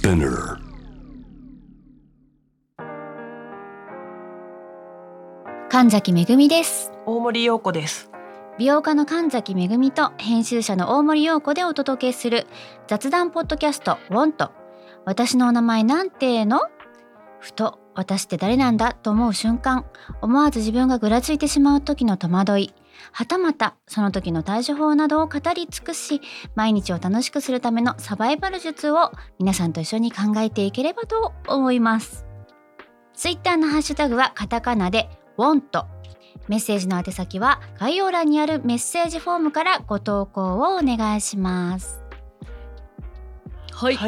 Spinner. 神崎めぐみです。 大森陽子です。 美容家の神崎めぐみと編集者の大森陽子でお届けする雑談ポッドキャスト Want。 私のお名前なんての？ふと私って誰なんだと思う瞬間、思わず自分がぐらついてしまう時の戸惑い、はたまたその時の対処法などを語り尽くし、毎日を楽しくするためのサバイバル術を皆さんと一緒に考えていければと思います。ツイッターのハッシュタグはカタカナで Want。 メッセージの宛先は概要欄にあるメッセージフォームからご投稿をお願いします。はい、 はい。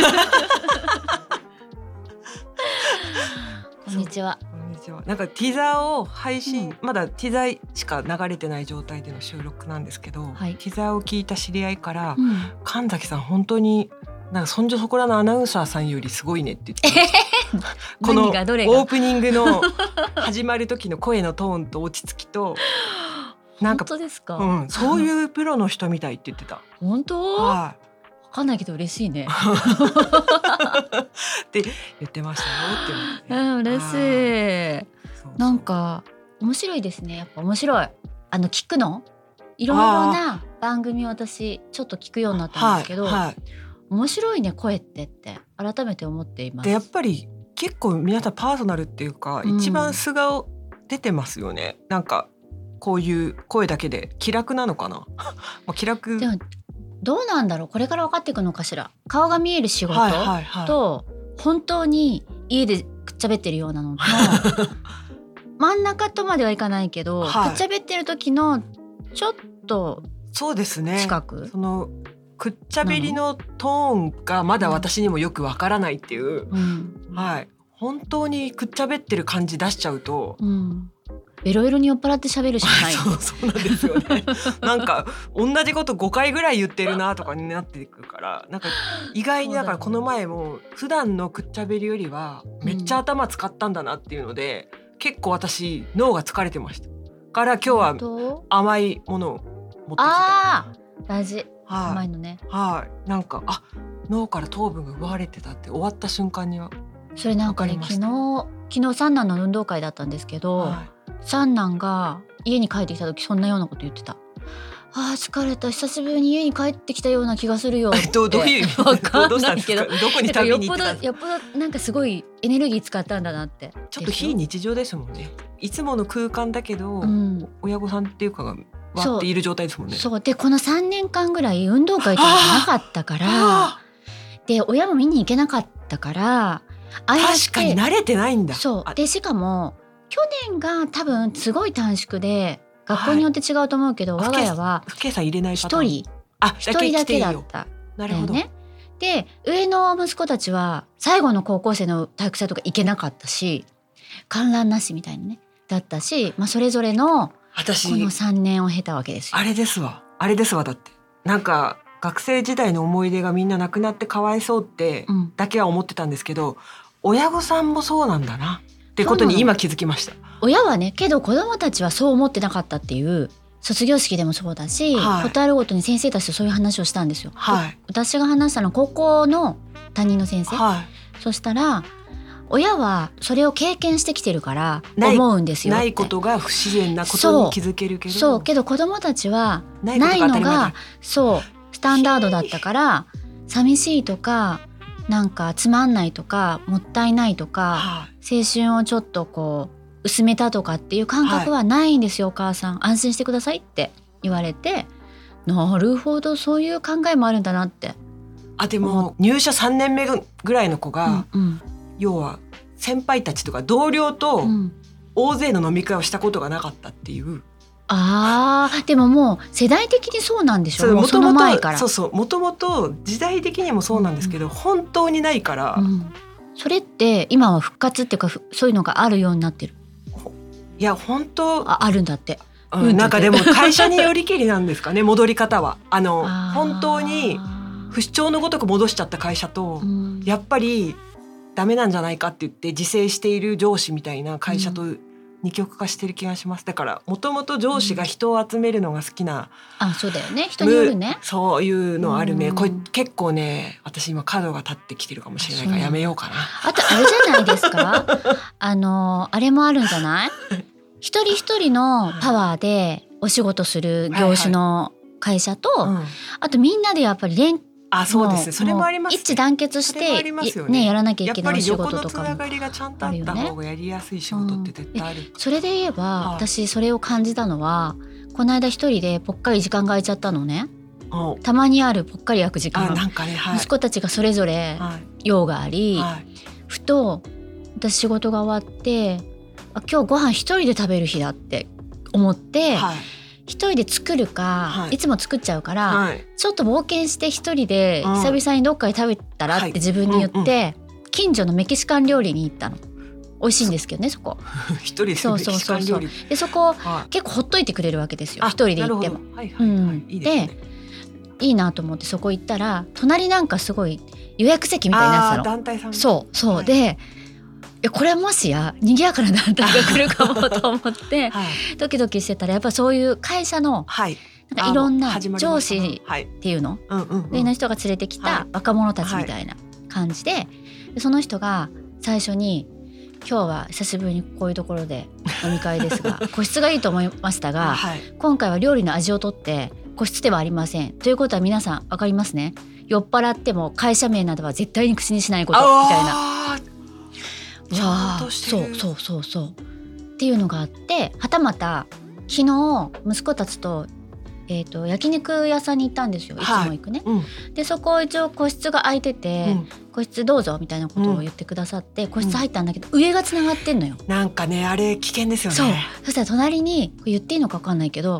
こんにちは。 こんにちは。なんかティザーを配信、まだティザーしか流れてない状態での収録なんですけど、 はい、 ティザーを聞いた知り合いから、神崎さん本当になんかそんじょそこらのアナウンサーさんよりすごいねって言ってましたこのオープニングの始まる時の声のトーンと落ち着きとなんか本当ですか？ そういうプロの人みたいって言ってた。 本当？ はい。 わかんないけど嬉しいねって言ってましたよって、 嬉しい。なんか面白いですね。やっぱ面白い。聞くのいろいろな番組を私ちょっと聞くようになったんですけど、面白いね声って改めて思っています。 でやっぱり結構皆さんパーソナルっていうか、一番素顔出てますよね。なんかこういう声だけで気楽なのかな気楽でもどうなんだろう、これから分かっていくのかしら。顔が見える仕事と、本当に家でくっちゃべってるようなのの真ん中とまではいかないけど、くっちゃべってる時のちょっとそうですね、 近く、 そのくっちゃべりのトーンがまだ私にもよくわからないっていう、本当にくっちゃべってる感じ出しちゃうと、 ベロベロに酔っ払って喋るしかないそうなんですよねなんか同じこと5回ぐらい言ってるなとかになっていくから、なんか意外にだからこの前も普段のくっちゃべりよりはめっちゃ頭使ったんだなっていうので、結構私脳が疲れてましたから、今日は甘いものを持ってきた。 大事、甘いのね。 なんか脳から糖分が奪われてたって終わった瞬間にはそれなんかね、昨日三男の運動会だったんですけど、三男が家に帰ってきた時そんなようなこと言ってた。疲れた、久しぶりに家に帰ってきたような気がするよって。 どういう意味？ わかんないけど、 どこに旅に行ったんですか？ よっぽどなんかすごいエネルギー使ったんだなって。 ちょっと非日常ですもんね。いつもの空間だけど、親御さんっていうかがわっている状態ですもんね。 そうで、この3年間ぐらい運動会とかなかったからで、親も見に行けなかったから、 確かに慣れてないんだ。 そうで、しかも去年が多分すごい短縮で、学校によって違うと思うけど、我が家は一人だけだったなるほど、 ね。で、上の息子たちは最後の高校生の体育祭とか行けなかったし、観覧なしみたいにねだったし、それぞれのこの3年を経たわけですよ。 あれですわだって、なんか学生時代の思い出がみんななくなってかわいそうってだけは思ってたんですけど、親御さんもそうなんだなってことに今気づきました。 親はね、けど子どもたちはそう思ってなかったっていう。卒業式でもそうだし、ことあるごとに先生たちとそういう話をしたんですよ。私が話したのは高校の担任の先生、そしたら親はそれを経験してきてるから思うんですよって。 ないことが不自然なことに気づけるけど、 そうけど子どもたちはないのがスタンダードだったから、寂しいとかなんかつまんないとかもったいないとか、青春をちょっとこう薄めたとかっていう感覚はないんですよ、お母さん安心してくださいって言われて、なるほどそういう考えもあるんだなって。 でも入社3年目ぐらいの子が、要は先輩たちとか同僚と大勢の飲み会をしたことがなかったっていう、 でももう世代的にそうなんでしょ。もうその前から。 もともと時代的にもそうなんですけど、本当にないから、 それって今は復活っていうか、そういうのがあるようになってる。 いや本当あるんだって、 なんかでも会社によりけりなんですかね戻り方は。本当に不死鳥のごとく戻しちゃった会社と、やっぱりダメなんじゃないかって言って自制している上司みたいな会社と二極化してる気がします。だからもともと上司が人を集めるのが好きな、 あ、そうだよね、人によるね。 そういうのあるね、 うんこれ結構ね私今角が立ってきてるかもしれないからやめようかな。 あとあれじゃないですかあれもあるんじゃない一人一人のパワーでお仕事する業種の会社と、あとみんなでやっぱりそうですね、それもあります、ね、 一致団結してね、やらなきゃいけないお仕事とかもやっぱり横のつながりがちゃんとあった方がやりやすい仕事って絶対ある、 それで言えば、私それを感じたのはこの間一人でぽっかり時間が空いちゃったのね。たまにあるぽっかり空く時間、 なんかね、 息子たちがそれぞれ用があり、ふと私仕事が終わって今日ご飯一人で食べる日だって思って、一人で作るか、いつも作っちゃうから、ちょっと冒険して一人で久々にどっかで食べたらって自分に言って、近所のメキシカン料理に行ったの。美味しいんですけどね、そこ一人でメキシカン料理で、そこ、結構ほっといてくれるわけですよ、一人で行っても。でいいなと思ってそこ行ったら、隣なんかすごい予約席みたいになってたの。 団体さん、 そうで、これはもしや賑やかな団体が来るかもと思って、ドキドキしてたら、やっぱそういう会社の、なんかいろんな上司っていうの、上の人が連れてきた若者たちみたいな感じで、その人が最初に今日は久しぶりにこういうところで飲み会ですが個室がいいと思いましたが、今回は料理の味をとって個室ではありません。ということは皆さん分かりますね。酔っ払っても会社名などは絶対に口にしないことみたいな。そうっていうのがあって、はたまた昨日息子たちと、焼肉屋さんに行ったんですよ。いつも行くね、でそこ一応個室が空いてて、個室どうぞみたいなことを言ってくださって、個室入ったんだけど、上がつながってんのよ。 なんかね、あれ危険ですよね。 そしたら隣に言っていいのか分かんないけど、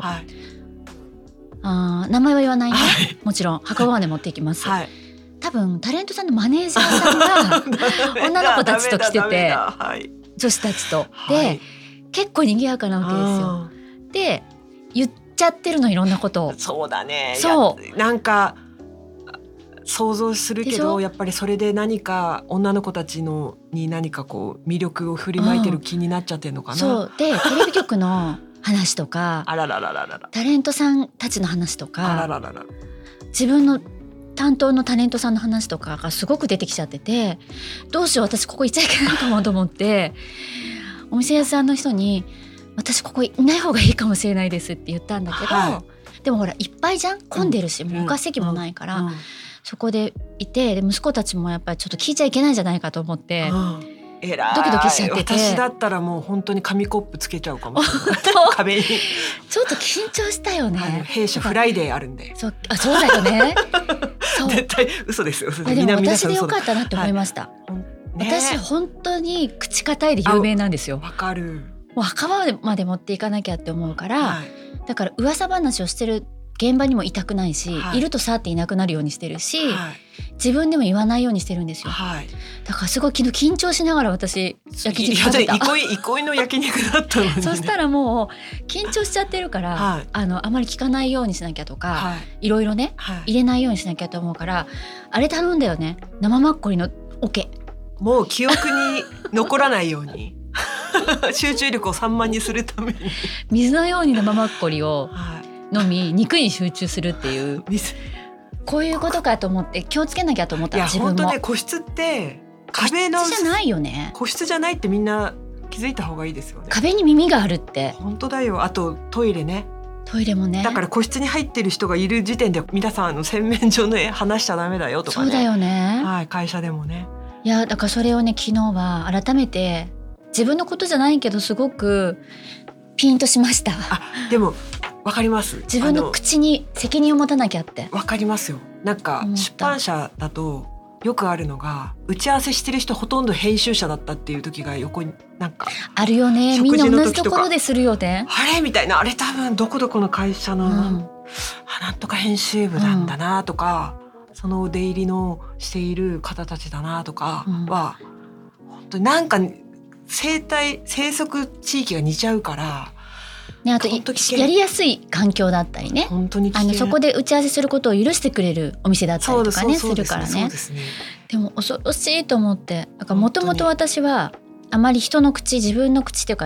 名前は言わないね、もちろん墓場まで持っていきます、多分タレントさんのマネージャーさんが女の子たちと来てて、女子たちとで、結構賑やかなわけですよ。で言っちゃってるの、いろんなことを。 そうだね。なんか想像するけど、やっぱりそれで何か女の子たちに何かこう魅力を振りまいてる気になっちゃってるのかな。 そうで、テレビ局の話とかタレントさんたちの話とか、自分の担当のタレントさんの話とかがすごく出てきちゃってて、どうしよう、私ここ行っちゃいけないかもと思ってお店屋さんの人に、私ここいない方がいいかもしれないですって言ったんだけど、でもほらいっぱいじゃん、混んでるし、もう他席もないから、そこでいて、で息子たちもやっぱりちょっと聞いちゃいけないんじゃないかと思って、ドキドキしちゃってて、 私だったらもう本当に紙コップつけちゃうかもしれない壁に。 ちょっと緊張したよね。 弊社フライデーあるんで。 そうだよね絶対嘘ですよ。 でも私でよかったなって思いました、私本当に口堅いで有名なんですよ。 わかる。 もう墓場まで持っていかなきゃって思うから、だから噂話をしてる現場にもいたくないし、いるとさっていなくなるようにしてるし、自分でも言わないようにしてるんですよ、だからすごい昨日緊張しながら私焼肉食べた。 憩いの焼肉だったのに、ね、 そしたらもう緊張しちゃってるから、あまり聞かないようにしなきゃとか、いろいろね、入れないようにしなきゃと思うから、あれ頼んだよね、生マッコリの桶。 もう記憶に残らないように集中力を散漫にするために水のように生マッコリを飲み、肉に集中するっていう、こういうことかと思って気をつけなきゃと思った。自分も本当ね、個室って壁の個室じゃないよね。 個室じゃないってみんな気づいた方がいいですよね。 壁に耳があるって。 本当だよ。あとトイレね。 トイレもね。 だから個室に入ってる人がいる時点で皆さん洗面所で話しちゃダメだよとかね。 そうだよね。 会社でもね。 いやだからそれをね、昨日は改めて自分のことじゃないけどすごくピンとしました。 でもわかります。 自分の口に責任を持たなきゃって。 わかりますよ。なんか出版社だとよくあるのが、打ち合わせしてる人ほとんど編集者だったっていう時が横になんかあるよね。みんな同じところでするよね。 あれみたいな、あれ多分どこどこの会社の、なんとか編集部なんだなとか、その出入りのしている方たちだなとかは、本当になんか生息地域が似ちゃうからね、あとやりやすい環境だったりね、 本当にそこで打ち合わせすることを許してくれるお店だったりとかね、するからね。でも恐ろしいと思って、だからもともと私はあまり人の口、自分の口というか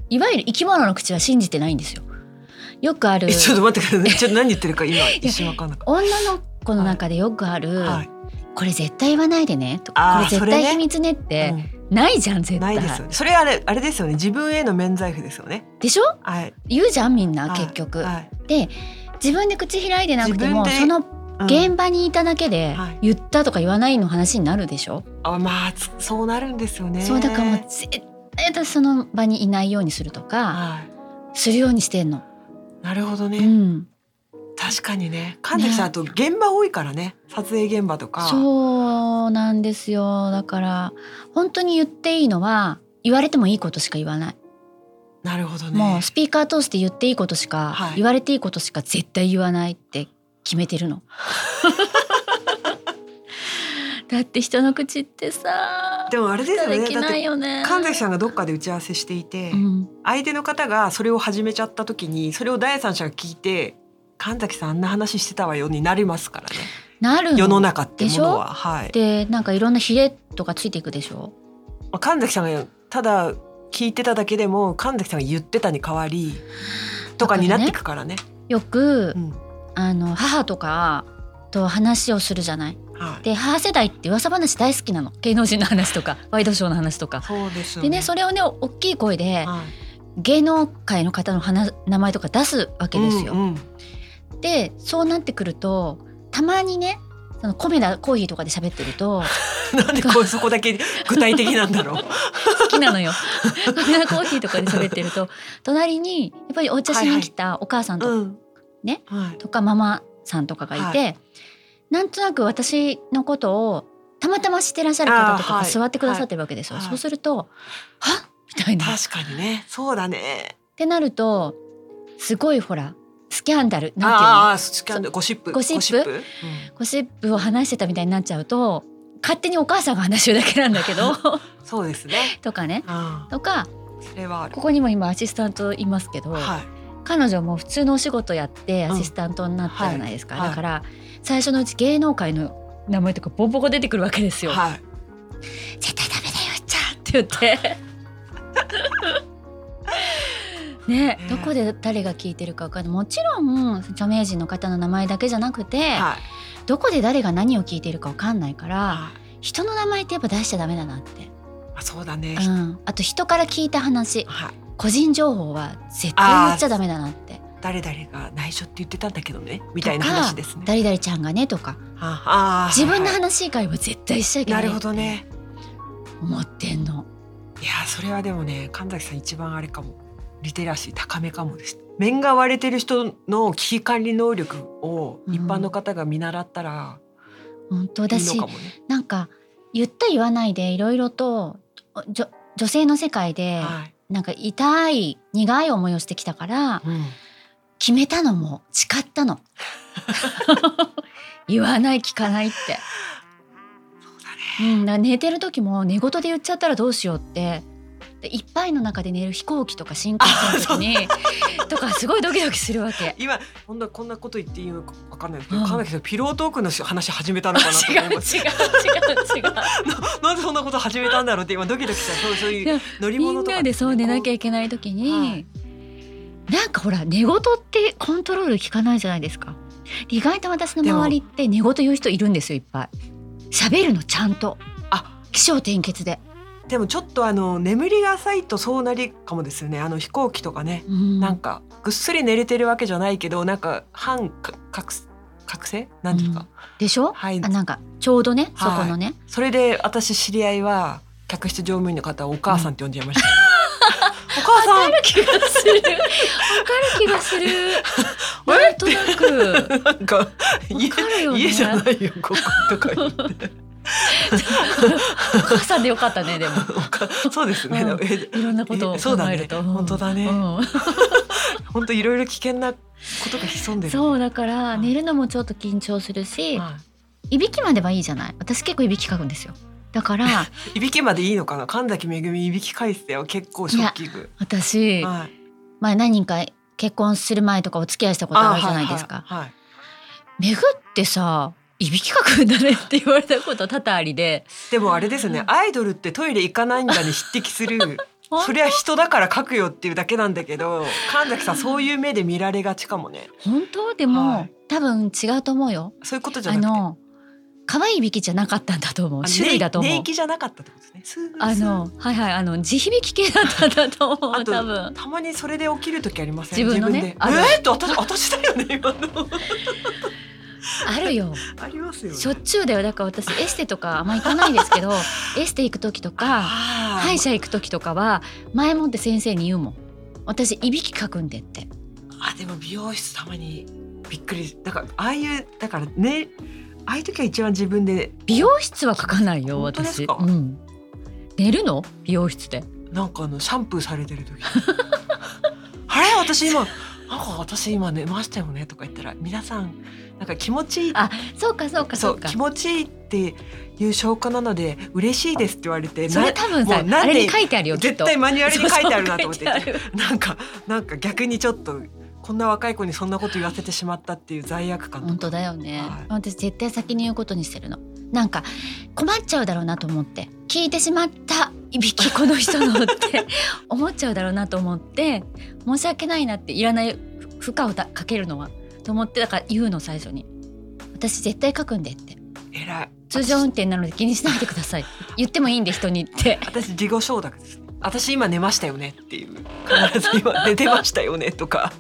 いわゆる生き物の口は信じてないんですよ。よくあるちょっと待ってください、ちょっと何言ってるか今一瞬分かんなかった。 女の子の中でよくある、 はい、 これ絶対言わないでねとか、これ絶対秘密ねってないじゃん、絶対ないですよね。それあれですよね、自分への免罪符ですよね。 でしょ、 はい、 言うじゃんみんな、 はい、 結局、 はい、 で自分で口開いてなくても自分でその現場にいただけではい言ったとか言わないの話になるでしょ、 まあそうなるんですよね。 そうだからもう絶対私その場にいないようにするとか、 はい、 するようにしてんの。 なるほどね、 うん、 確かにね、神崎さん、あと現場多いからね、撮影現場とか。 そうなんですよ。だから本当に言っていいのは言われてもいいことしか言わない。 なるほどね。 もうスピーカー通して言っていいことしか、 はい、 言われていいことしか絶対言わないって決めてるのだって人の口ってさ、 でもあれですよね、 できないよね。 だって神崎さんがどっかで打ち合わせしていて、 うん、 相手の方がそれを始めちゃった時にそれを第三者が聞いて、神崎さんあんな話してたわよになりますからね。 なるの世の中ってものは。 でしょ、 はい、 でなんかいろんなヒレとかついていくでしょ。 神崎さんがただ聞いてただけでも神崎さんが言ってたに変わりとかになっていくからね。 よく、 うん、 母とかと話をするじゃない。 はい、 で母世代って噂話大好きなの。芸能人の話とかワイドショーの話とか。 そうですよね。 でね、それをね大きい声で、 はい、 芸能界の方の名前とか出すわけですよ、 うんうん、 でそうなってくるとたまにね、そのコメダコーヒーとかで喋ってるとなんでそこだけ具体的なんだろう好きなのよコメダコーヒーとかで喋ってると隣にやっぱりお茶しに来たお母さんとか、ね、 はい、 とかママさんとかがいて、はい、なんとなく私のことをたまたま知ってらっしゃる方とかが座ってくださってるわけですよ、そうするとはっみたいな。 確かにね、そうだねってなるとすごいほらスキャンダルなんていうの、 スキャンダル、ゴシップ、 ゴシップを話してたみたいになっちゃうと勝手にお母さんが話してるだけなんだけどそうですねとかね、とかそれはある。 ここにも今アシスタントいますけど、はい、彼女も普通のお仕事やってアシスタントになったじゃないですか、だから最初のうち芸能界の名前とかボンボコ出てくるわけですよ、はい、絶対ダメだよちゃんって言ってね、どこで誰が聞いてるか分かんない。もちろん著名人の方の名前だけじゃなくて、はい、どこで誰が何を聞いてるか分かんないから、はい、人の名前ってやっぱ出しちゃダメだなって。 そうだね、 あと人から聞いた話、はい、個人情報は絶対言っちゃダメだなって。 誰々が内緒って言ってたんだけどねみたいな話ですね。 誰々ちゃんがねとか、自分の話以外は絶対しちゃいけない。なるほどね、思ってんの。 いやそれはでもね、神崎さん一番あれかも、リテラシー高めかもです。面が割れてる人の危機管理能力を一般の方が見習ったら本当だし、 いいのかもね。 なんか言った言わないでいろいろと女性の世界でなんか痛い苦い思いをしてきたから、決めたのも誓ったの言わない聞かないって。そうだね、だから寝てる時も寝言で言っちゃったらどうしようって、でいっぱいの中で寝る飛行機とか新幹線の時にとかすごいドキドキするわけ。 今こんなこと言っていいのか分かんないですけど、神崎さんピロートークの話始めたのかなと思います。違うなんでそんなこと始めたんだろうって今ドキドキした。そういう乗り物とか、 みんなでそう寝なきゃいけない時に、なんかほら寝言ってコントロール効かないじゃないですか。意外と私の周りって寝言言う人いるんですよ。いっぱい喋るのちゃんと起承転結で。 でもちょっと眠りが浅いとそうなりかもですよね。飛行機とかね、なんかぐっすり寝れてるわけじゃないけど、なんか半覚醒なんですか、でしょ、はい、 なんかちょうどね、そこのね、 それで私知り合いは客室乗務員の方をお母さんって呼んじゃいました、お母さん。 わかる気がするなんとなくなんか家じゃないよこことか言ってお母さんでよかったね。でもそうですね、 いろんなことを考えると、 本当だね、本当いろいろ危険なことが潜んでる。 そうだから寝るのもちょっと緊張するし、いびきまではいいじゃない。私結構いびきかくんですよ。だからいびきまでいいのかな。神崎めぐみいびき返すよ。結構ショッキング。 私、何人か結婚する前とかお付き合いしたことあるじゃないですか。めぐってさいびきかくんだねって言われたこと多々ありで。 でもあれですよね、アイドルってトイレ行かないんだに匹敵するそれは人だから書くよっていうだけなんだけど、神崎さんそういう目で見られがちかもね。 本当でも、 はい、 多分違うと思うよ。 そういうことじゃなくて、 可愛いびきじゃなかったんだと思う。種類だと思う。 寝息じゃなかったってことですね。 はいはい、地響き系だったんだと思う。 あと多分たまにそれで起きる時ありません？ 自分のね。 私だよね今の。 あるよ。 ありますよね。 しょっちゅうだよ。だから私エステとかあんま行かないですけどエステ行く時とか歯医者行く時とかは前もって先生に言うもん。私いびきかくんでって。 でも美容室たまにびっくり。だからああいうね、ああいう時は一番自分で。 美容室はかかないよ私。本当ですか？ 寝るの？美容室で。 なんかシャンプーされてる時あれ私今寝ましたよねとか言ったら、皆さんなんか気持ちいい。 そうか気持ちいいっていう証拠なので嬉しいですって言われて、 それ多分さあれに書いてあるよ。 絶対マニュアルに書いてあるなと思ってなんか逆にちょっとこんな若い子にそんなこと言わせてしまったっていう罪悪感とか。 本当だよね、 はい、 私絶対先に言うことにしてるの。なんか困っちゃうだろうなと思って、聞いてしまったいびきこの人のって思っちゃうだろうなと思って、申し訳ないなって、いらない負荷をかけるのはと思って、だから言うの最初に。私絶対書くんでって。 偉い。 通常運転なので気にしないでください言ってもいいんで人にって私自己承諾ですね。私今寝ましたよねっていう、必ず今寝てましたよねとか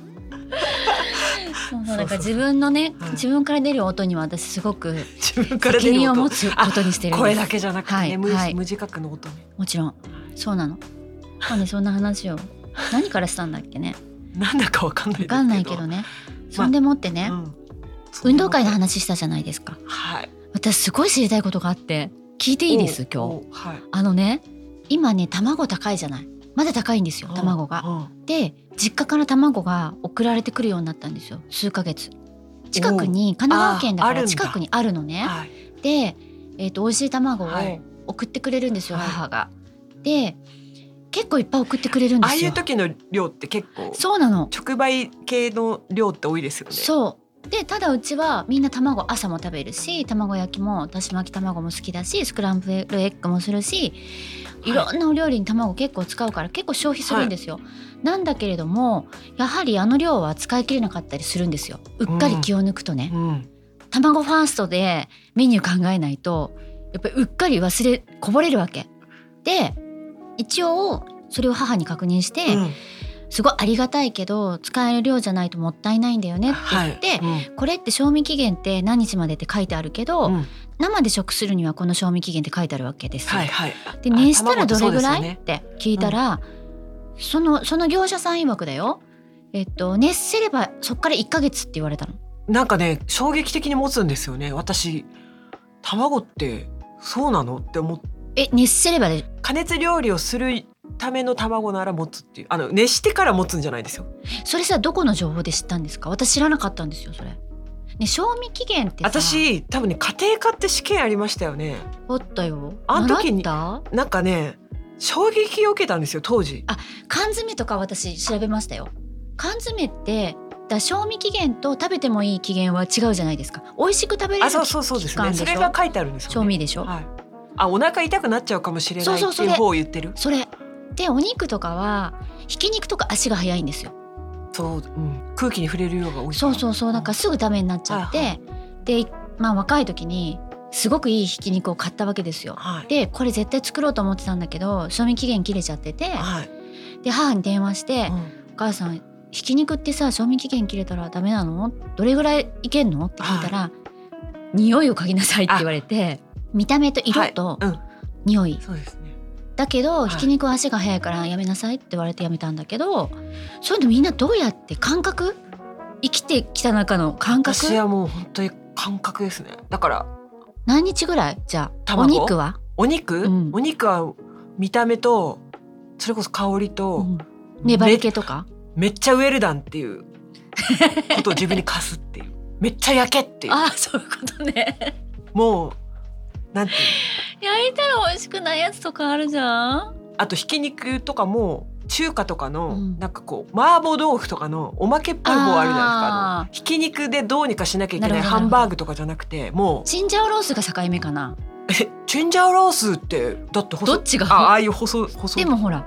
なんか自分のね、自分から出る音には私すごく責任を持つことにしてるんです。 声だけじゃなくてね、無自覚の音ね。 もちろんそうなの。そんな話を何からしたんだっけね。 なんだかわかんないですけど。 わかんないけどね。そんでもってね、運動会の話したじゃないですか。 はい。 私すごい知りたいことがあって聞いていいです？今日。 はい。 今ね卵高いじゃない。まだ高いんですよ卵が。で実家から卵が送られてくるようになったんですよ。数ヶ月近くに、神奈川県だから近くにあるのね。で、美味しい卵を送ってくれるんですよ、母が。で結構いっぱい送ってくれるんですよ。 ああいう時の量って結構そうなの。 直売系の量って多いですよね。 そうで、ただうちはみんな卵朝も食べるし、卵焼きもだし巻き卵も好きだし、スクランブルエッグもするし、いろんなお料理に卵結構使うから結構消費するんですよ、なんだけれどもやはりあの量は使い切れなかったりするんですよ。うっかり気を抜くとね、卵ファーストでメニュー考えないとやっぱりうっかりこぼれるわけで、一応それを母に確認して、すごいありがたいけど使える量じゃないともったいないんだよねって言って、これって賞味期限って何日までって書いてあるけど、生で食するにはこの賞味期限って書いてあるわけですよ。で熱したらどれぐらいって聞いたら、その業者さん曰くだよ、熱せればそっから1ヶ月って言われたの。 なんかね衝撃的に持つんですよね。私卵ってそうなのって思って。 熱せればで加熱料理をするための卵なら持つっていう、熱してから持つんじゃないですよ。 それさどこの情報で知ったんですか？私知らなかったんですよそれ。ね、賞味期限ってさ、 私多分ね家庭科って試験ありましたよね。 あったよ。 あの時になんかね衝撃を受けたんですよ当時。 缶詰とか私調べましたよ。缶詰って賞味期限と食べてもいい期限は違うじゃないですか。美味しく食べれる期間でしょ。 そうですね。それが書いてあるんですよね。 賞味でしょ。 お腹痛くなっちゃうかもしれないっていう方を言ってる。 それでお肉とかはひき肉とか足が早いんですよ。 そう、空気に触れる量が多い。 そうだからすぐダメになっちゃって、で若い時にすごくいいひき肉を買ったわけですよ。でこれ絶対作ろうと思ってたんだけど賞味期限切れちゃってて、で母に電話して、お母さんひき肉ってさ賞味期限切れたらダメなの？どれぐらいいけんの？って聞いたら、匂いを嗅ぎなさいって言われて、見た目と色と匂い、 そうですね。 だけどひき肉は足が早いからやめなさいって言われてやめたんだけど、そういうのみんなどうやって生きてきた中の感覚？ 私はもう本当に感覚ですね。だから何日ぐらい？じゃあお肉は？ お肉は見た目とそれこそ香りと、 粘り気とかめっちゃウェルダンっていうことを自分に課すっていうめっちゃ焼けっていう。 そういうことね。 もうなんていうの、 焼いたら美味しくないやつとかあるじゃん。 あとひき肉とかも中華とかの、なんかこう麻婆豆腐とかのおまけっぽい方あるじゃないですか。ひき肉でどうにかしなきゃいけないハンバーグとかじゃなくて、もうチンジャオロースが境目かな。 チンジャオロースってだって細どっちが？ ああいう細でもほら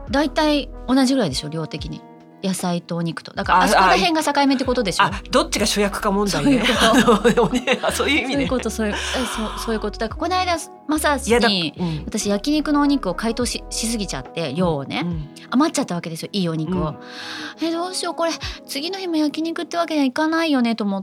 だいたい同じぐらいでしょ量的に。野菜とお肉とだからあそこら辺が境目ってことでしょ。 どっちが主役か問題ね。そういう意味ね。 そういうことそういうことだからこの間まさに私焼肉のお肉を解凍 しすぎちゃって量をね、余っちゃったわけですよいいお肉を、どうしようこれ次の日も焼肉ってわけにはいかないよねと思って、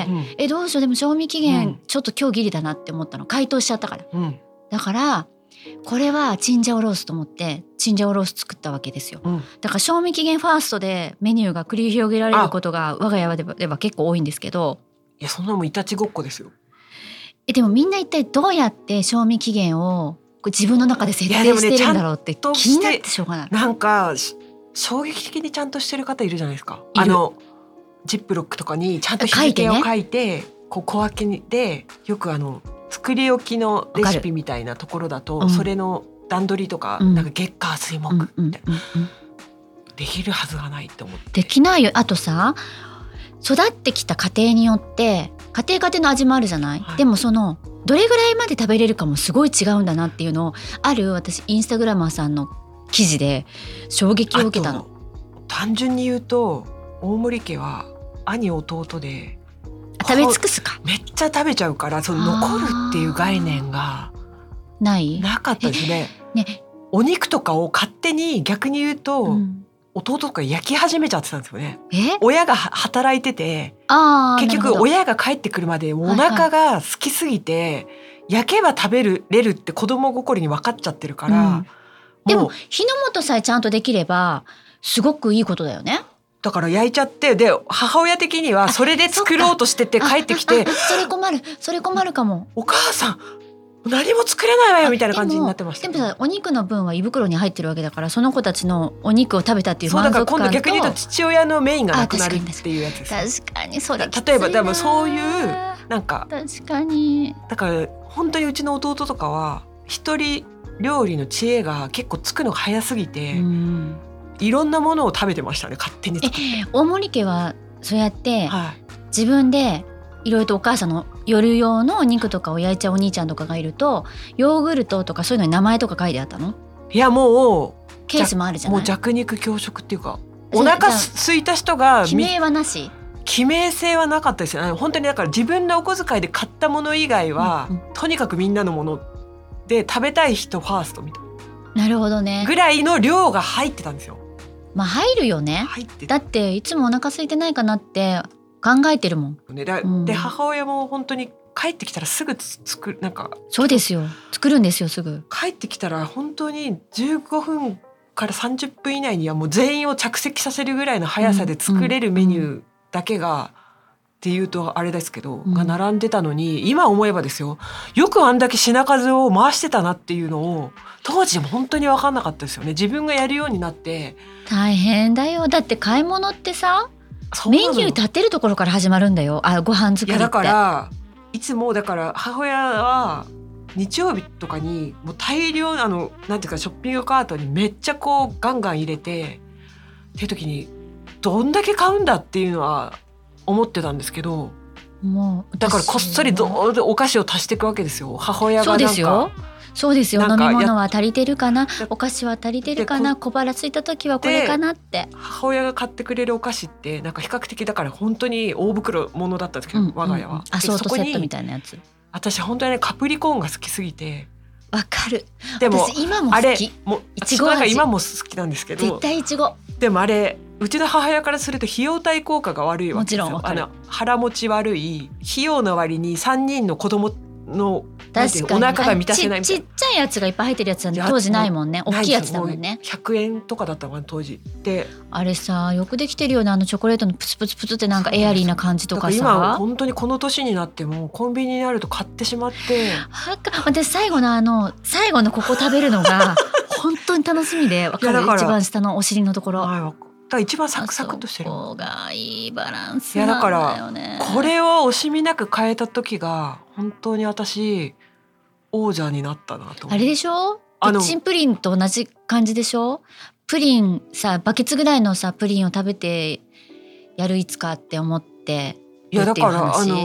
どうしようでも賞味期限ちょっと今日ギリだなって思ったの解凍しちゃったから、だからこれはチンジャオロースと思ってチンジャオロース作ったわけですよ、だから賞味期限ファーストでメニューが繰り広げられることが我が家では結構多いんですけど。 いやそんなもんいたちごっこですよ。 でもみんな一体どうやって賞味期限を自分の中で設定してるんだろうって気になってしょうがない。 なんか衝撃的にちゃんとしてる方いるじゃないですか。ジップロックとかにちゃんと日付を書いてこう小分けにでよく作り置きのレシピみたいなところだと、それの段取りとか、なんか月火水木みたいな、できるはずがないって思って。 できないよ。あとさ育ってきた家庭によって家庭の味もあるじゃない、でもそのどれぐらいまで食べれるかもすごい違うんだなっていうのを私インスタグラマーさんの記事で衝撃を受けたの。 単純に言うと大森家は兄弟で食べ尽くすかめっちゃ食べちゃうからその残るっていう概念がなかったですね。お肉とかを勝手に逆に言うと、弟とか焼き始めちゃってたんですよね。親が働いてて結局親が帰ってくるまでお腹が好きすぎて、焼けば食べれるって子供心に分かっちゃってるから、 でも火の元さえちゃんとできればすごくいいことだよね。 だから焼いちゃってで母親的にはそれで作ろうとしてて帰ってきてそれ困るかも。 お母さん何も作れないわよみたいな感じになってました。 でもさお肉の分は胃袋に入ってるわけだからその子たちのお肉を食べたっていう満足感と。 そうだから今度逆に言うと父親のメインがなくなるっていうやつです。 確かにそれきついな。 例えばでもそういうなんか確かにだから本当にうちの弟とかは一人料理の知恵が結構つくのが早すぎて、いろんなものを食べてましたね勝手に作って。 大森家はそうやって、自分でいろいろとお母さんの夜用のお肉とかを焼いちゃうお兄ちゃんとかがいるとヨーグルトとかそういうのに名前とか書いてあったの？ いやもうケースもあるじゃない。 もう弱肉強食っていうかお腹空いた人が記名はなし？ 記名性はなかったですよね。本当にだから自分のお小遣いで買ったもの以外は、とにかくみんなのもので食べたい人ファーストみたいな。 なるほどね。 ぐらいの量が入ってたんですよ。 入るよね。だっていつもお腹空いてないかなって考えてるもん。 で母親も本当に帰ってきたらすぐ作るなんかそうですよ作るんですよすぐ。 帰ってきたら本当に15分から30分以内にはもう全員を着席させるぐらいの速さで作れるメニューだけが、っていうとあれですけど、が並んでたのに今思えばですよよくあんだけ品数を回してたなっていうのを当時も本当に分かんなかったですよね。自分がやるようになって大変だよ。だって買い物ってさメニュー立てるところから始まるんだよ。ご飯作りって。いやだからいつもだから母親は日曜日とかにもう大量なんていうかショッピングカートにめっちゃこうガンガン入れてっていう時にどんだけ買うんだっていうのは思ってたんですけど、 もうだからこっそりお菓子を足していくわけですよ母親が。なんかそうですよ飲み物は足りてるかなお菓子は足りてるかな小腹ついた時はこれかなって母親が買ってくれるお菓子ってなんか比較的だから本当に大袋ものだったんですけど、我が家はアソートセットみたいなやつ。 私本当にねカプリコーンが好きすぎて。 わかる。 でも私今も好き。 いちご味今も好きなんですけど絶対いちご。 でもあれうちの母親からすると費用対効果が悪いわけですよ。 もちろんわかる。 腹持ち悪い費用の割に3人の子供の確かにお腹が満たせないみたいな。 ちっちゃいやつがいっぱい入ってるやつなんて当時ないもんね。大きいやつだもんね。 100円とかだったのかな当時で。 あれさよくできてるよねチョコレートのプツプツプツってなんかエアリーな感じとかさ。 今本当にこの年になってもコンビニにあると買ってしまって私最後のここ食べるのが本当に楽しみで。わかる。一番下のお尻のところ。 だから一番サクサクとしてる。 そこがいいバランスなんだよね。 いやだからこれを惜しみなく変えた時が本当に私王者になったなと。 あれでしょキッチンプリンと同じ感じでしょ。プリンさバケツぐらいのさプリンを食べてやるいつかって思って。 いやだから子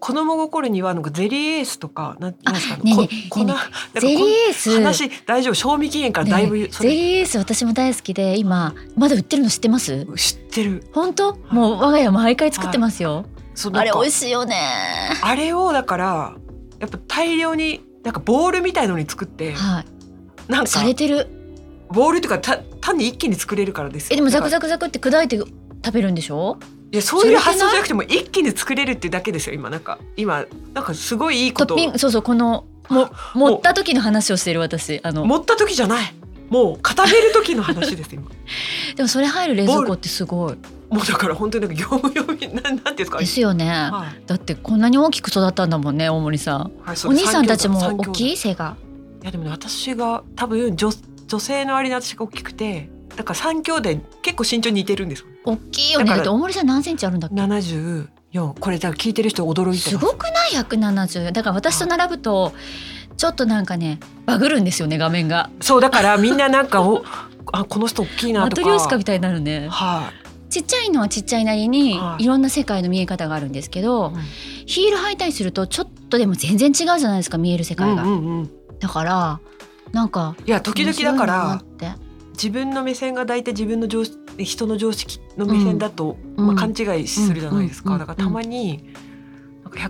子供心にはなんかゼリーエースとかなんですかねえねえこんなねえゼリーエース話大丈夫、賞味期限からだいぶ、 ね、ゼリーエース私も大好きで今まだ売ってるの知ってます？ 知ってる。 本当？もう我が家毎回作ってますよ、あれ美味しいよね。 あれをだからやっぱ大量になんかボールみたいのに作って、 はい、 なんかされてるボールというか単に一気に作れるからですよ。 でもザクザクザクって砕いて食べるんでしょ？ いやそういう発想じゃなくても一気に作れるっていうだけですよ。今なんかすごいいいことトッピング、そうこの持った時の話をしてる私。 持った時じゃない、もう固める時の話です今でもそれ入る冷蔵庫ってすごい。 もうだから本当になんか業務用になんていうんですかですよね、はい、だってこんなに大きく育ったんだもんね大森さん、はい、お兄さんたちも大きい背が。 いやでもね、私が多分女性の割に私が大きくて、だから3兄弟結構身長似てるんですよ。 大きいよね。だって大森さん何センチあるんだっけ ？74。これだから聞いてる人驚いてます。 すごくない？170。だから私と並ぶとちょっとなんかねバグるんですよね画面が。そうだからみんななんかこの人大きいなとかマトリョーシカみたいになるね。 はい。 ちっちゃいのはちっちゃいなりにいろんな世界の見え方があるんですけど、ヒール履いたりするとちょっとでも全然違うじゃないですか、見える世界が、だからなんかいや時々だから自分の目線が大体自分の人の常識の目線だと、勘違いするじゃないですか。だからたまになんか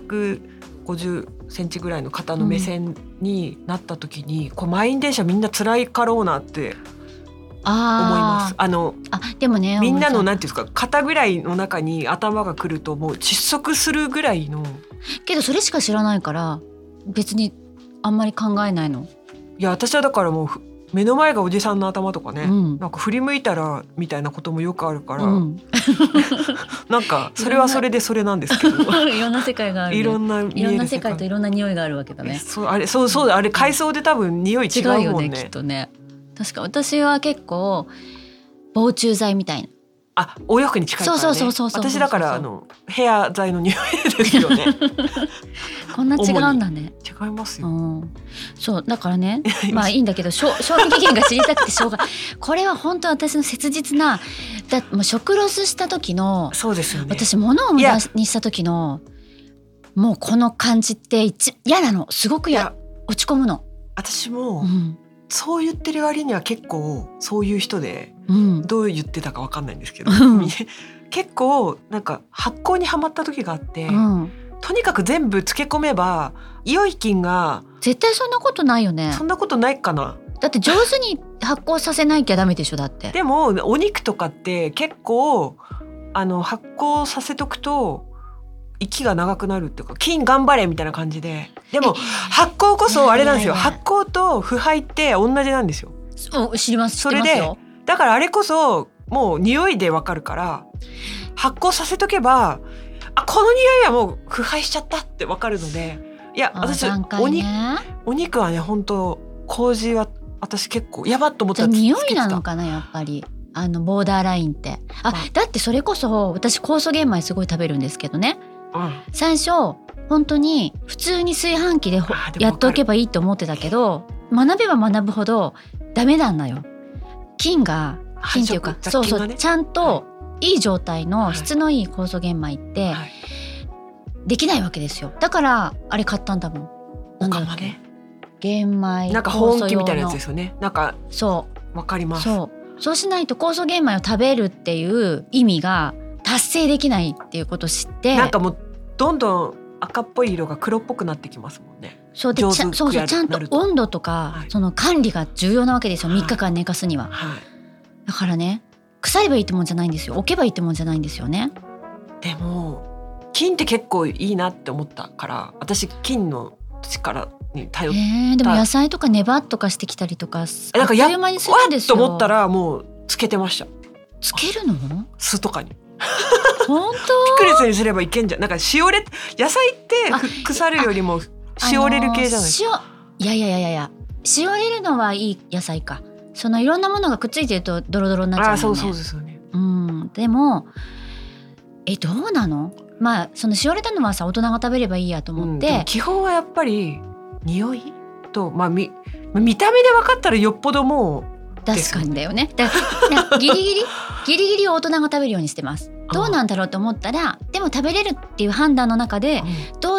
150センチぐらいの方の目線になった時に、こう満員電車みんな辛いかろうなって思います。 でもね、 みんなのなんていうんですか、肩ぐらいの中に頭が来るともう窒息するぐらいの。 けどそれしか知らないから別にあんまり考えないの。 いや私はだからもう目の前がおじさんの頭とかね、なんか振り向いたらみたいなこともよくあるから、なんかそれはそれでそれなんですけどいろんな世界がある、ね、 いろんな世界といろんな匂いがあるわけだね。 あれ海藻で多分匂い違うもんね。 違うよねきっとね。確か私は結構防虫剤みたいな。 お洋服に近いからね。そう私だからヘア剤の匂いですよねこんな違うんだね。 違いますよ、 そうだからねまあいいんだけど賞味期限が知りたくてしょうがこれは本当私の切実なもう食ロスした時の、 そうですよね、 私物を無駄にした時のもうこの感じって嫌なの。すごく落ち込むの。 私も、そう言ってる割には結構そういう人で、どう言ってたか分かんないんですけど、結構なんか発酵にはまった時があって、とにかく全部漬け込めば良い菌が。 絶対そんなことないよね。 そんなことないかな。 だって上手に発酵させなきゃダメでしょ。だってでもお肉とかって結構発酵させとくと息が長くなるっていうか、菌頑張れみたいな感じで。でも発酵こそあれなんですよ。発酵と腐敗って同じなんですよ。 知ります。 それでだからあれこそもう匂いでわかるから、発酵させとけばこの匂いはもう腐敗しちゃったってわかるので。いや私お肉はね本当麹は私結構やばっと思ったら匂いなのかなやっぱり。ボーダーラインってだってそれこそ私酵素玄米すごい食べるんですけどね、最初本当に普通に炊飯器でやっておけばいいと思ってたけど、学べば学ぶほどダメなんだよ。菌っていうか、そうちゃんといい状態の質のいい酵素玄米ってできないわけですよ。だからあれ買ったんだもん。 おかまね、 玄米なんか保温器みたいなやつですよね。なんかわかります。 そうしないと酵素玄米を食べるっていう意味が達成できないっていうことを知って、 なんかもうどんどん赤っぽい色が黒っぽくなってきますもんね。 そうちゃんと温度とか、その管理が重要なわけですよ。3日間寝かすには、だからね腐ればいいってもんじゃないんですよ。置けばいいってもんじゃないんですよね。 でも菌って結構いいなって思ったから、私菌の力に頼った。 でも野菜とかネバッとかしてきたりとかなんかあっという間にするんですよ。 と思ったらもうつけてました。 つけるの？ 酢とかに本当？ ピクルスにすればいけんじゃん。なんか野菜って腐るよりもしおれる系じゃないですか。 いやしおれるのはいい野菜か。そのいろんなものがくっついてるとドロドロになっちゃうよね。 そうですよね。 でもどうなの？まあそのしおれたのはさ大人が食べればいいやと思って、 基本はやっぱり匂いと、見た目で分かったらよっぽどもう確かにだよね。だからギリギリ大人が食べるようにしてます。どうなんだろうと思ったら、でも食べれるっていう判断の中で、どう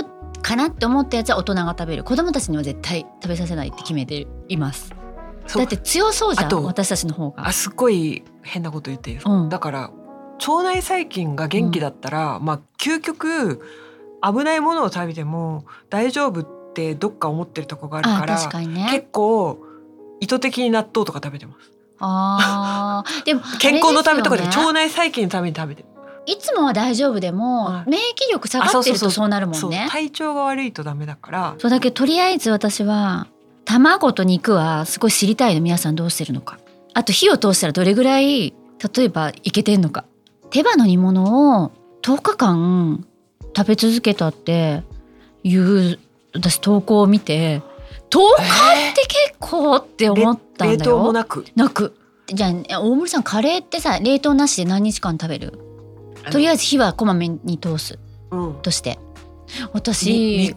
かなって思ったやつは大人が食べる。子供たちには絶対食べさせないって決めています。だって強そうじゃん、私たちの方が。 すっごい変なこと言っていいですか、だから腸内細菌が元気だったら、究極危ないものを食べても大丈夫ってどっか思ってるとこがあるから、 確かにね、 結構意図的に納豆とか食べてます。 でも健康のためとかで腸内細菌のために食べてる。 いつもは大丈夫でも、免疫力下がってるとそうなるもんね。 そう体調が悪いとダメだから。 そうだけどとりあえず私は卵と肉はすごい知りたいの、皆さんどうしてるのか。あと火を通したらどれぐらい例えばいけてんのか。手羽の煮物を10日間食べ続けたっていう私投稿を見て、10日って結構って思ったんだよ。 冷凍もなくじゃあ大森さん、カレーってさ冷凍なしで何日間食べる？とりあえず火はこまめに通す、として。私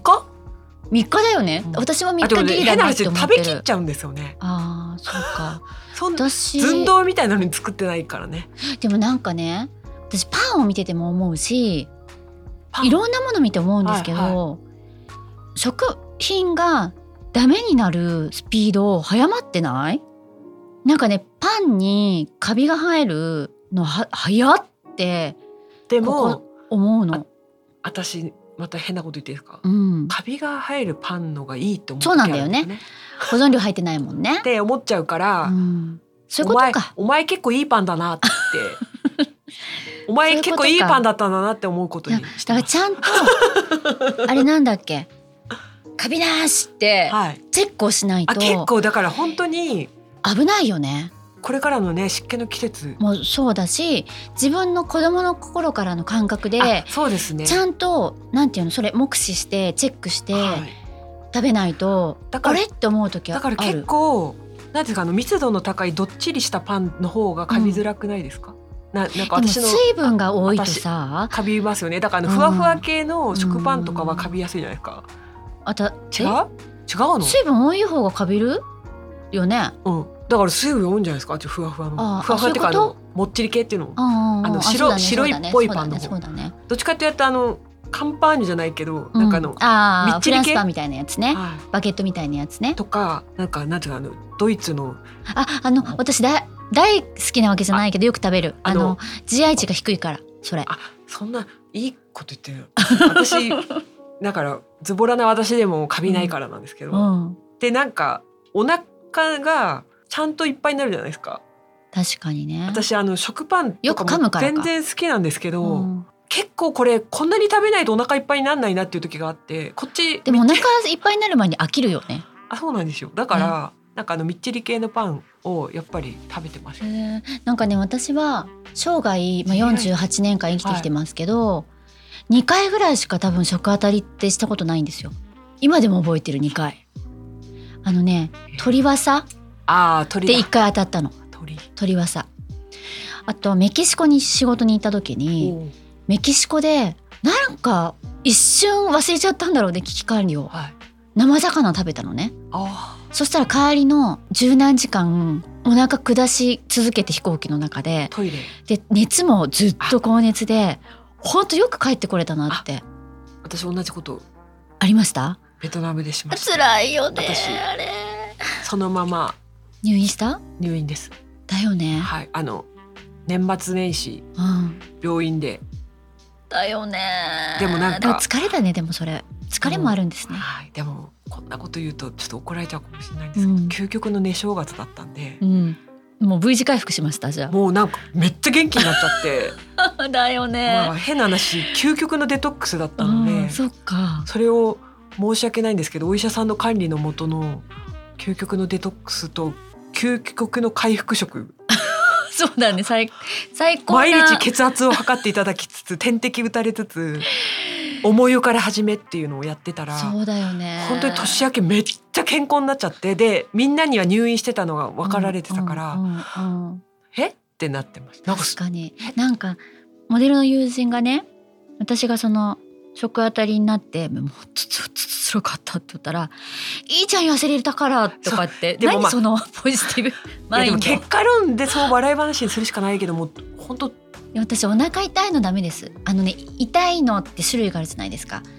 3日だよね、私も3日きりだなって思ってる。 食べきっちゃうんですよね。 そうか私寸胴みたいなのに作ってないからね。 でもなんかね、私パンを見てても思うし、いろんなもの見て思うんですけど、食品がダメになるスピード早まってない？なんかね、パンにカビが生えるの早ってでも思うの。 私また変なこと言っていいですか、カビが生えるパンのがいいって思う時そうなんだよね。保存料入ってないもんねって思っちゃうから、 そういうことか。 お前結構いいパンだなってお前結構いいパンだったんだなって思うことにしてます。 だからちゃんとあれなんだっけ、カビなしってチェックをしないと、 結構だから本当に危ないよね。 これからのね、湿気の季節もそうだし、自分の子供の心からの感覚で、 そうですね、 ちゃんとなんていうの、それ目視してチェックして食べないと、あれって思う時はある。 だから結構なんですか、密度の高いどっちりしたパンの方がカビづらくないですか？なんか私の水分が多いとさカビますよね。だからふわふわ系の食パンとかはカビやすいじゃないですか。違うの？水分多い方がカビるよね。 だから水分多いんじゃないですか。ふわふわのふわふわってかもっちり系っていうの、白いっぽいパンの方。どっちかっていうとカンパーニュじゃないけど、なんかみっちり系、 フランスパンみたいなやつね、バゲットみたいなやつね。 とかなんていうかドイツの私大好きなわけじゃないけどよく食べるGI 値が低いから。それそんないいこと言ってる私だからズボラな私でもカビないからなんですけど、でなんかお腹がちゃんといっぱいになるじゃないですか。 確かにね。 私食パンとかも全然好きなんですけど、結構こんなに食べないとお腹いっぱいにならないなっていう時があって、こっちでもお腹いっぱいになる前に飽きるよね。 そうなんですよ。だから、なんかみっちり系のパンをやっぱり食べてます。 なんかね、私は生涯、48年間生きてきてますけど、2回ぐらいしか多分食当たりってしたことないんですよ。今でも覚えてる2回。鳥わさで1回当たったの。鳥わさ。あとメキシコに仕事に行った時に、メキシコでなんか一瞬忘れちゃったんだろうね、危機管理を、生魚食べたのね。そしたら帰りの十何時間お腹下し続けて飛行機の中で、熱もずっと高熱で、本当よく帰ってこれたなって。 私同じことありました？ ベトナムでしました。 辛いよね。 あれそのまま入院した？ 入院です。 だよね。 年末年始、病院でだよね。 でもなんか疲れだね。でもそれ疲れもあるんですね。 でもこんなこと言うとちょっと怒られちゃうかもしれないんですけど、究極の寝正月だったんで、 もう V 字回復しました。じゃあもうなんかめっちゃ元気になっちゃってだよね。 変な話、究極のデトックスだったので、 そっか。 それを申し訳ないんですけど、お医者さんの管理のもとの究極のデトックスと究極の回復食そうだね、最高な。 毎日血圧を測っていただきつつ点滴打たれつつ重湯から始めっていうのをやってたら、 そうだよね、 本当に年明けめっちゃ健康になっちゃって、でみんなには入院してたのが分かられてたから、ってなってます。 確かに。なんかモデルの友人がね、私がその食当たりになってもうつらかったって言ったら、いいじゃん痩せれたからとかって。でも何そのポジティブマインド。 でも結果論でそう笑い話にするしかないけども、本当私お腹痛いのダメです。痛いのって種類があるじゃないですか。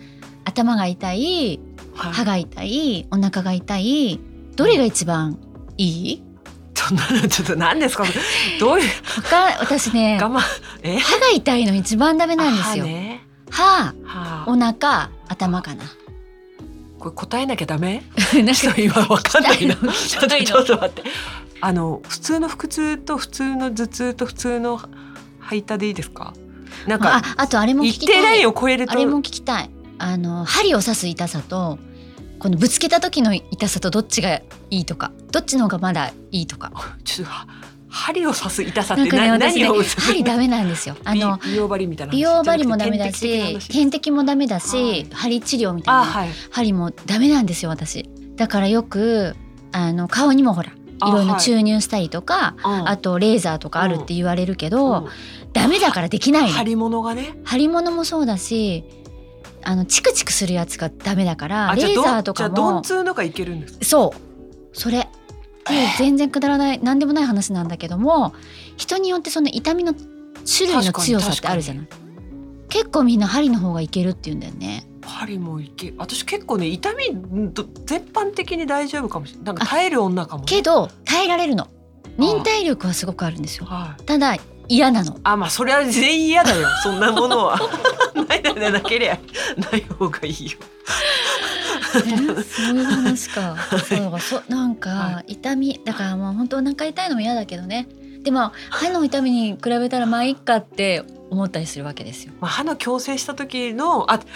頭が痛い、 はい、 歯が痛い、お腹が痛い、どれが一番いい？ ちょっと何ですかどういう私ね我慢歯が痛いの一番ダメなんですよ。歯、お腹、頭かな。 これ答えなきゃダメ？ なんか今わかんないな。ちょっと待って。普通の腹痛と普通の頭痛と普通の吐いたでいいですか？なんかあとあれも聞きたい。 一定ラインを超えるとあれも聞きたい。針を刺す痛さとこのぶつけた時の痛さとどっちがいいとか、どっちの方がまだいいとか。 ちょっと針を刺す痛さってなんかね、 何を針ダメなんですよ。 美容針みたいな話。 美容針もダメだし、点滴もダメだし、針治療みたいな、針もダメなんですよ私。だからよく顔にもほらいろいろ注入したりとか、あとレーザーとかあるって言われるけど、ダメだからできないの。 針物がね。 針物もそうだし、チクチクするやつがダメだから、レーザーとかも。 じゃあ鈍痛のがいけるんですか？ そうそれ全然くだらない何でもない話なんだけども、人によってその痛みの種類の強さってあるじゃない。結構みんな針の方がいけるって言うんだよね。 針もいけ、私結構ね痛み全般的に大丈夫かもしれない。なんか耐える女かも、ね、 けど耐えられるの。忍耐力はすごくあるんですよ。ただ嫌なの。 まあそれは全員嫌だよそんなものはなければない方がいいよそういう話か。なんか痛みだからもう本当お腹痛いのも嫌だけどね。でも歯の痛みに比べたらまあいいかって思ったりするわけですよ。 歯の矯正した時に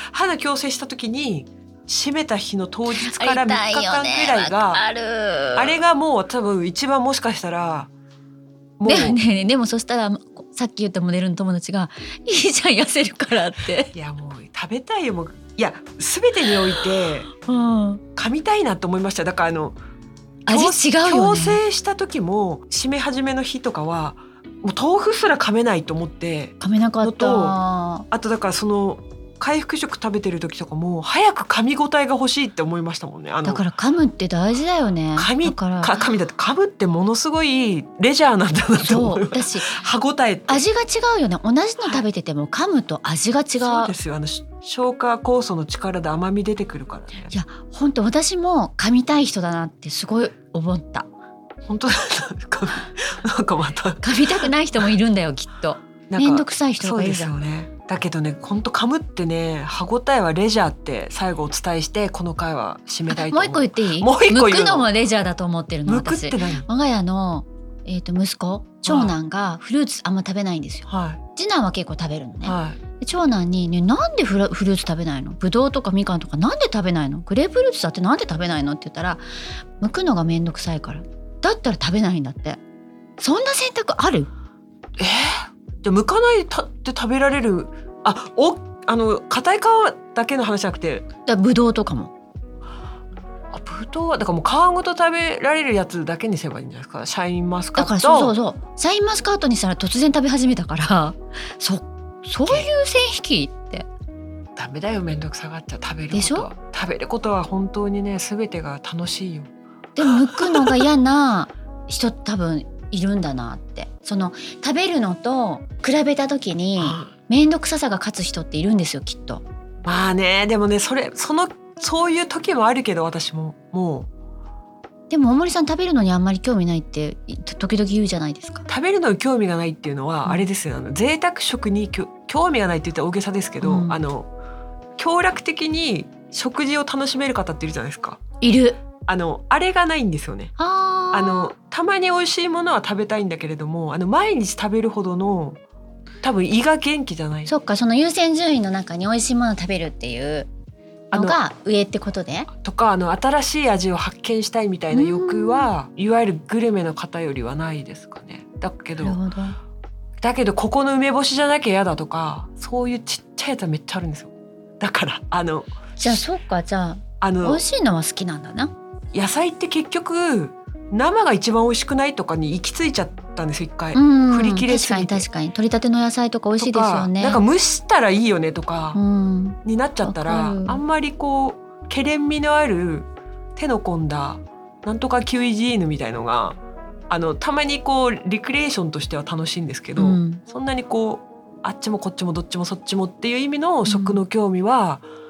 閉めた日の当日から3日間ぐらいが、あれがもう多分一番もしかしたらもうでもそしたらさっき言ったモデルの友達がいいじゃん痩せるからって。 いやもう食べたいよ。もういや全てにおいて噛みたいなと思いました。だから味違うよね。 矯正した時も締め始めの日とかはもう豆腐すら噛めないと思って噛めなかった。 あとだからその回復食食べてる時とかも早く噛み応えが欲しいって思いましたもんね。 だから噛むって大事だよね。 噛むってものすごいレジャーなんだなと思います。歯ごたえって味が違うよね。同じの食べてても噛むと味が違う。 そうですよ。消化酵素の力で甘み出てくるからね。 いや本当私も噛みたい人だなってすごい思った。 本当だなんかまた噛みたくない人もいるんだよきっと。めんどくさい人がいるじゃん。 そうですよね。だけどね本当噛むってね歯ごたえはレジャーって最後お伝えしてこの回は締めたいと思う。 もう一個言っていい？ もう一個言うの。 剥くのもレジャーだと思ってるの私。 剥くって何？ 我が家の、息子長男がフルーツあんま食べないんですよ、次男は結構食べるのね、長男に、ね、なんでフルーツ食べないの？ブドウとかみかんとかなんで食べないの？グレープフルーツだってなんで食べないのって言ったら、剥くのがめんどくさいから。だったら食べないんだって。そんな選択ある？ じゃ剥かないって食べられる？硬い皮だけの話じゃなくてブドウとかも。 ブドウはだからもう皮ごと食べられるやつだけにすればいいんじゃないですか。シャインマスカット。 だからそうシャインマスカットにしたら突然食べ始めたからそういう線引きってダメだよ。めんどくさがっちゃ食べることは。食べることは本当にね全てが楽しいよ。 でも剥くのが嫌な人多分いるんだなって。その食べるのと比べた時にめんどくささが勝つ人っているんですよきっと。 まあねでもねそういう時もあるけど私ももう。でも大森さん食べるのにあんまり興味ないって時々言うじゃないですか。 食べるのに興味がないっていうのはあれですよ。贅沢食に興味がないって言ったら大げさですけど、協力的に食事を楽しめる方っているじゃないですか。 いる。 あれがないんですよね。たまに美味しいものは食べたいんだけれども毎日食べるほどの多分胃が元気じゃない。 そっか、その優先順位の中に美味しいものを食べるっていうのが上ってことでとか新しい味を発見したいみたいな欲はいわゆるグルメの方よりはないですかね。だけどここの梅干しじゃなきゃ嫌だとかそういうちっちゃいやつはめっちゃあるんですよ。だからじゃあそっか、じゃあ美味しいのは好きなんだな。 野菜って結局生が一番美味しくないとかに行き着いちゃったんですよ一回。振り切れすぎて。 確かに取り立ての野菜とか美味しいですよね。 なんか蒸したらいいよねとかになっちゃったら、あんまりけれん味のある手の込んだなんとかキュイジーヌみたいのがたまにリクリエーションとしては楽しいんですけど、そんなにあっちもこっちもどっちもそっちもっていう意味の食の興味は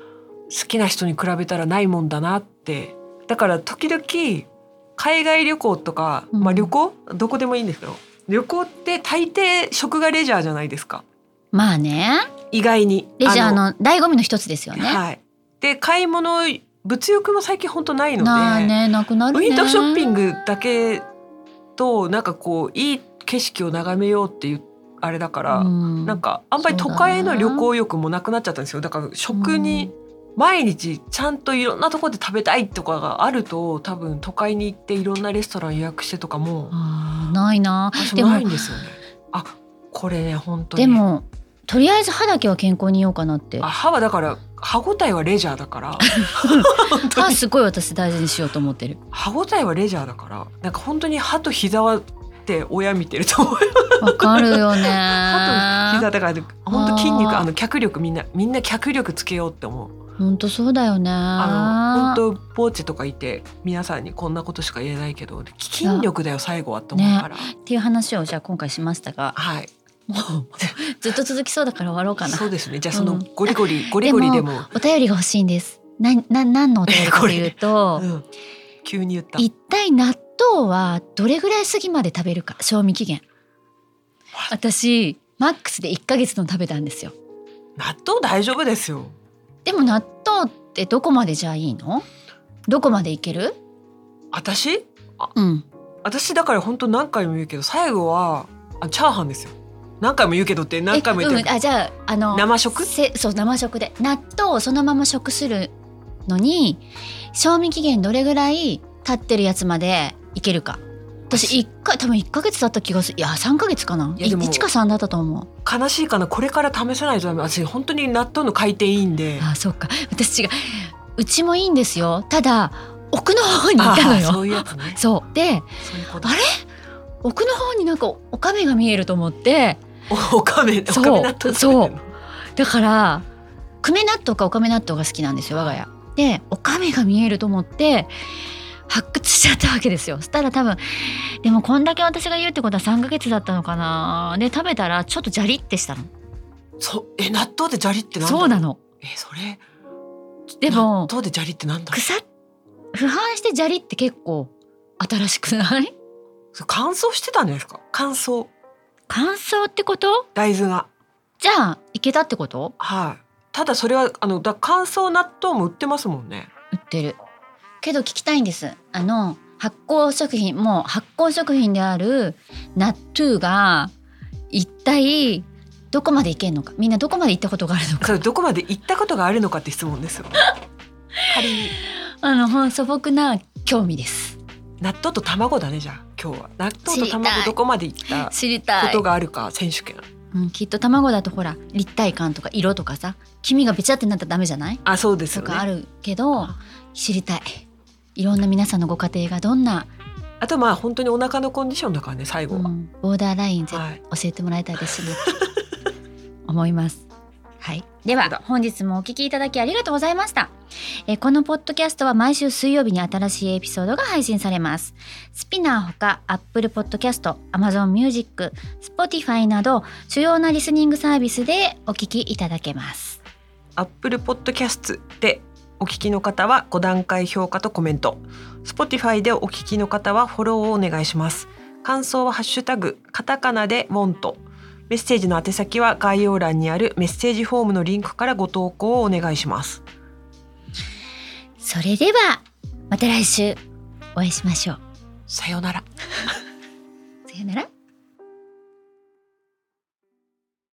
きな人に比べたらないもんだなって。だから時々海外旅行とか、旅行どこでもいいんですけど、旅行って大抵食がレジャーじゃないですか。 まあね、 意外にレジャーの醍醐味の一つですよね。 はい。で買い物物欲も最近本当ないので、 なくなるね。 ウィンドウショッピングだけとなんかこういい景色を眺めようっていうあれだから、なんかあんまり都会への旅行欲もなくなっちゃったんですよ。だから食に毎日ちゃんといろんなところで食べたいとかがあると、多分都会に行っていろんなレストラン予約してとかもないな。 でもないんですよね。これね本当に。 でもとりあえず歯だけは健康にいようかなって。 歯はだから歯ごたえはレジャーだから歯すごい私大事にしようと思ってる。 歯ごたえはレジャーだから、なんか本当に歯と膝はって親見てると思う。 わかるよね。 歯と膝だから本当筋肉脚力みんな脚力つけようって思う。 本当そうだよね。 本当ポーチとかいて皆さんにこんなことしか言えないけど筋力だよ最後はと思うから、 っていう話をじゃあ今回しましたが、 はい、 もうずっと続きそうだから終わろうかな。 そうですね。じゃあそのゴリゴリでもお便りが欲しいんです。何のお便りかというと、 急に言った。 一体納豆はどれぐらい過ぎまで食べるか、賞味期限。私マックスで1ヶ月の食べたんですよ。 納豆大丈夫ですよ。 でも納豆ってどこまでじゃあいいの？どこまでいける？ 私だから本当何回も言うけど最後はチャーハンですよ。何回も言うけどって何回も言ってる。 じゃあ生食？ そう生食で納豆をそのまま食するのに賞味期限どれぐらい経ってるやつまでいけるか。私多分1ヶ月だった気がする。いや3ヶ月かな。1か3だったと思う。 悲しいかな。これから試さないとダメ。私本当に納豆の回転いいんで。 そうか。私違う。うちもいいんですよ。ただ奥の方にいたのよ。 そういうやつね。 そうで、あれ奥の方になんかおかめが見えると思って。 おかめ納豆。 そうだから久米納豆かおかめ納豆が好きなんですよ我が家で。おかめが見えると思って発掘しちゃったわけですよ。そしたら多分でもこんだけ私が言うってことは3ヶ月だったのかな。で食べたらちょっとジャリってしたの。 納豆でジャリってなんだろう。 そうなの。 それでも納豆でジャリってなんだろう。 腐敗してジャリって結構新しくない？ 乾燥してたんですか？乾燥ってこと？ 大豆が。 じゃあいけたってこと？ はい。ただそれは乾燥納豆も売ってますもんね。 売ってるけど聞きたいんです。発酵食品である納豆が一体どこまでいけんのか。みんなどこまで行ったことがあるのか。 どこまで行ったことがあるのかって質問ですよ。仮に素朴な興味です。 納豆と卵だね。じゃあ今日は納豆と卵どこまで行ったことがあるか選手権。 きっと卵だとほら立体感とか色とかさ、黄身がべちゃってなったらダメじゃない？ そうですよね。 とかあるけど知りたい。いろんな皆さんのご家庭がどんな。 あと本当にお腹のコンディションだからね最後は。 ボーダーライン教えてもらいたいですね。思います。はい。では本日もお聞きいただきありがとうございました。このポッドキャストは毎週水曜日に新しいエピソードが配信されます。スピナーほか Apple Podcast、Amazon Music、Spotify など主要なリスニングサービスでお聞きいただけます。 Apple Podcast でお聞きの方は5段階評価とコメント、 Spotify でお聞きの方はフォローをお願いします。感想はハッシュタグカタカナでwant、メッセージの宛先は概要欄にあるメッセージフォームのリンクからご投稿をお願いします。 それではまた来週お会いしましょう。 さようなら。 さようなら。